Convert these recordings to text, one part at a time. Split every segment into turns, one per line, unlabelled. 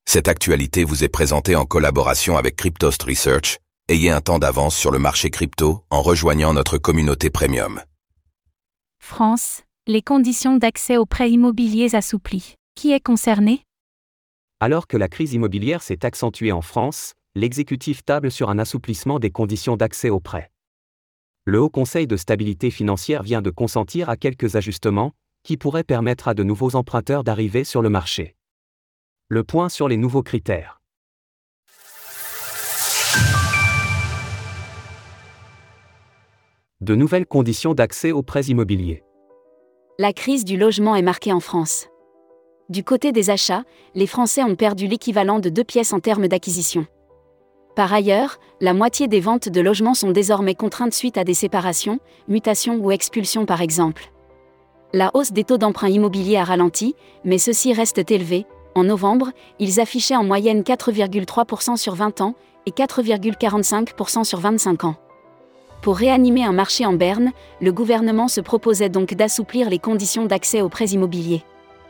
Cette actualité vous est présentée en collaboration avec Cryptost Research. Ayez un temps d'avance sur le marché crypto en rejoignant notre communauté premium.
France, les conditions d'accès aux prêts immobiliers assouplies. Qui est concerné ?
Alors que la crise immobilière s'est accentuée en France, l'exécutif table sur un assouplissement des conditions d'accès aux prêts. Le Haut Conseil de stabilité financière vient de consentir à quelques ajustements, qui pourraient permettre à de nouveaux emprunteurs d'arriver sur le marché. Le point sur les nouveaux critères. De nouvelles conditions d'accès aux prêts immobiliers.
La crise du logement est marquée en France. Du côté des achats, les Français ont perdu l'équivalent de 2 pièces en termes d'acquisition. Par ailleurs, la moitié des ventes de logements sont désormais contraintes suite à des séparations, mutations ou expulsions par exemple. La hausse des taux d'emprunt immobilier a ralenti, mais ceux-ci restent élevés. En novembre, ils affichaient en moyenne 4,3% sur 20 ans et 4,45% sur 25 ans. Pour réanimer un marché en berne, le gouvernement se proposait donc d'assouplir les conditions d'accès aux prêts immobiliers.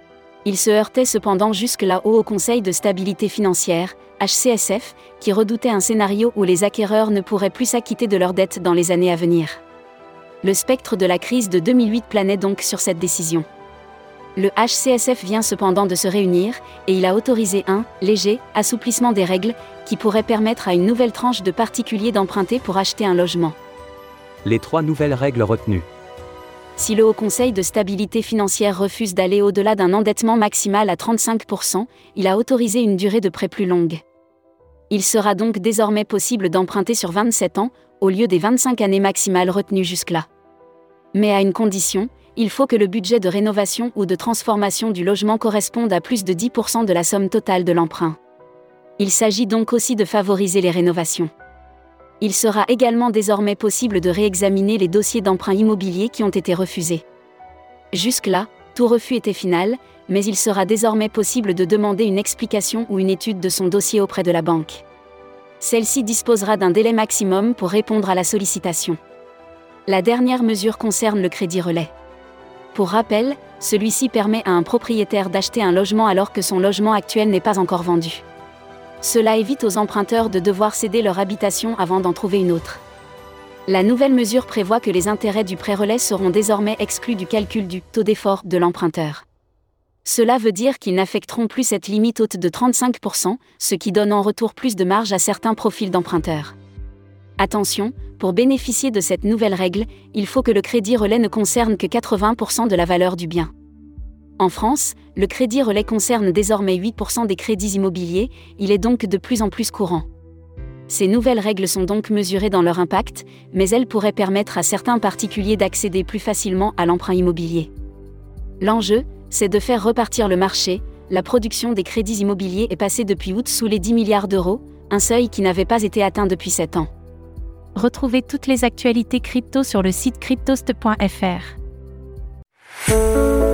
Il se heurtait cependant jusque-là au Haut Conseil de stabilité financière, HCSF, qui redoutait un scénario où les acquéreurs ne pourraient plus s'acquitter de leurs dettes dans les années à venir. Le spectre de la crise de 2008 planait donc sur cette décision. Le HCSF vient cependant de se réunir, et il a autorisé un léger assouplissement des règles, qui pourrait permettre à une nouvelle tranche de particuliers d'emprunter pour acheter un logement.
Les 3 nouvelles règles retenues.
Si le Haut Conseil de stabilité financière refuse d'aller au-delà d'un endettement maximal à 35%, il a autorisé une durée de prêt plus longue. Il sera donc désormais possible d'emprunter sur 27 ans, au lieu des 25 années maximales retenues jusque-là. Mais à une condition, il faut que le budget de rénovation ou de transformation du logement corresponde à plus de 10% de la somme totale de l'emprunt. Il s'agit donc aussi de favoriser les rénovations. Il sera également désormais possible de réexaminer les dossiers d'emprunt immobilier qui ont été refusés. Jusque-là, tout refus était final, mais il sera désormais possible de demander une explication ou une étude de son dossier auprès de la banque. Celle-ci disposera d'un délai maximum pour répondre à la sollicitation. La dernière mesure concerne le crédit relais. Pour rappel, celui-ci permet à un propriétaire d'acheter un logement alors que son logement actuel n'est pas encore vendu. Cela évite aux emprunteurs de devoir céder leur habitation avant d'en trouver une autre. La nouvelle mesure prévoit que les intérêts du prêt relais seront désormais exclus du calcul du taux d'effort de l'emprunteur. Cela veut dire qu'ils n'affecteront plus cette limite haute de 35%, ce qui donne en retour plus de marge à certains profils d'emprunteurs. Attention, pour bénéficier de cette nouvelle règle, il faut que le crédit relais ne concerne que 80% de la valeur du bien. En France, le crédit relais concerne désormais 8% des crédits immobiliers, il est donc de plus en plus courant. Ces nouvelles règles sont donc mesurées dans leur impact, mais elles pourraient permettre à certains particuliers d'accéder plus facilement à l'emprunt immobilier. L'enjeu, c'est de faire repartir le marché. La production des crédits immobiliers est passée depuis août sous les 10 milliards d'euros, un seuil qui n'avait pas été atteint depuis 7 ans.
Retrouvez toutes les actualités crypto sur le site cryptost.fr.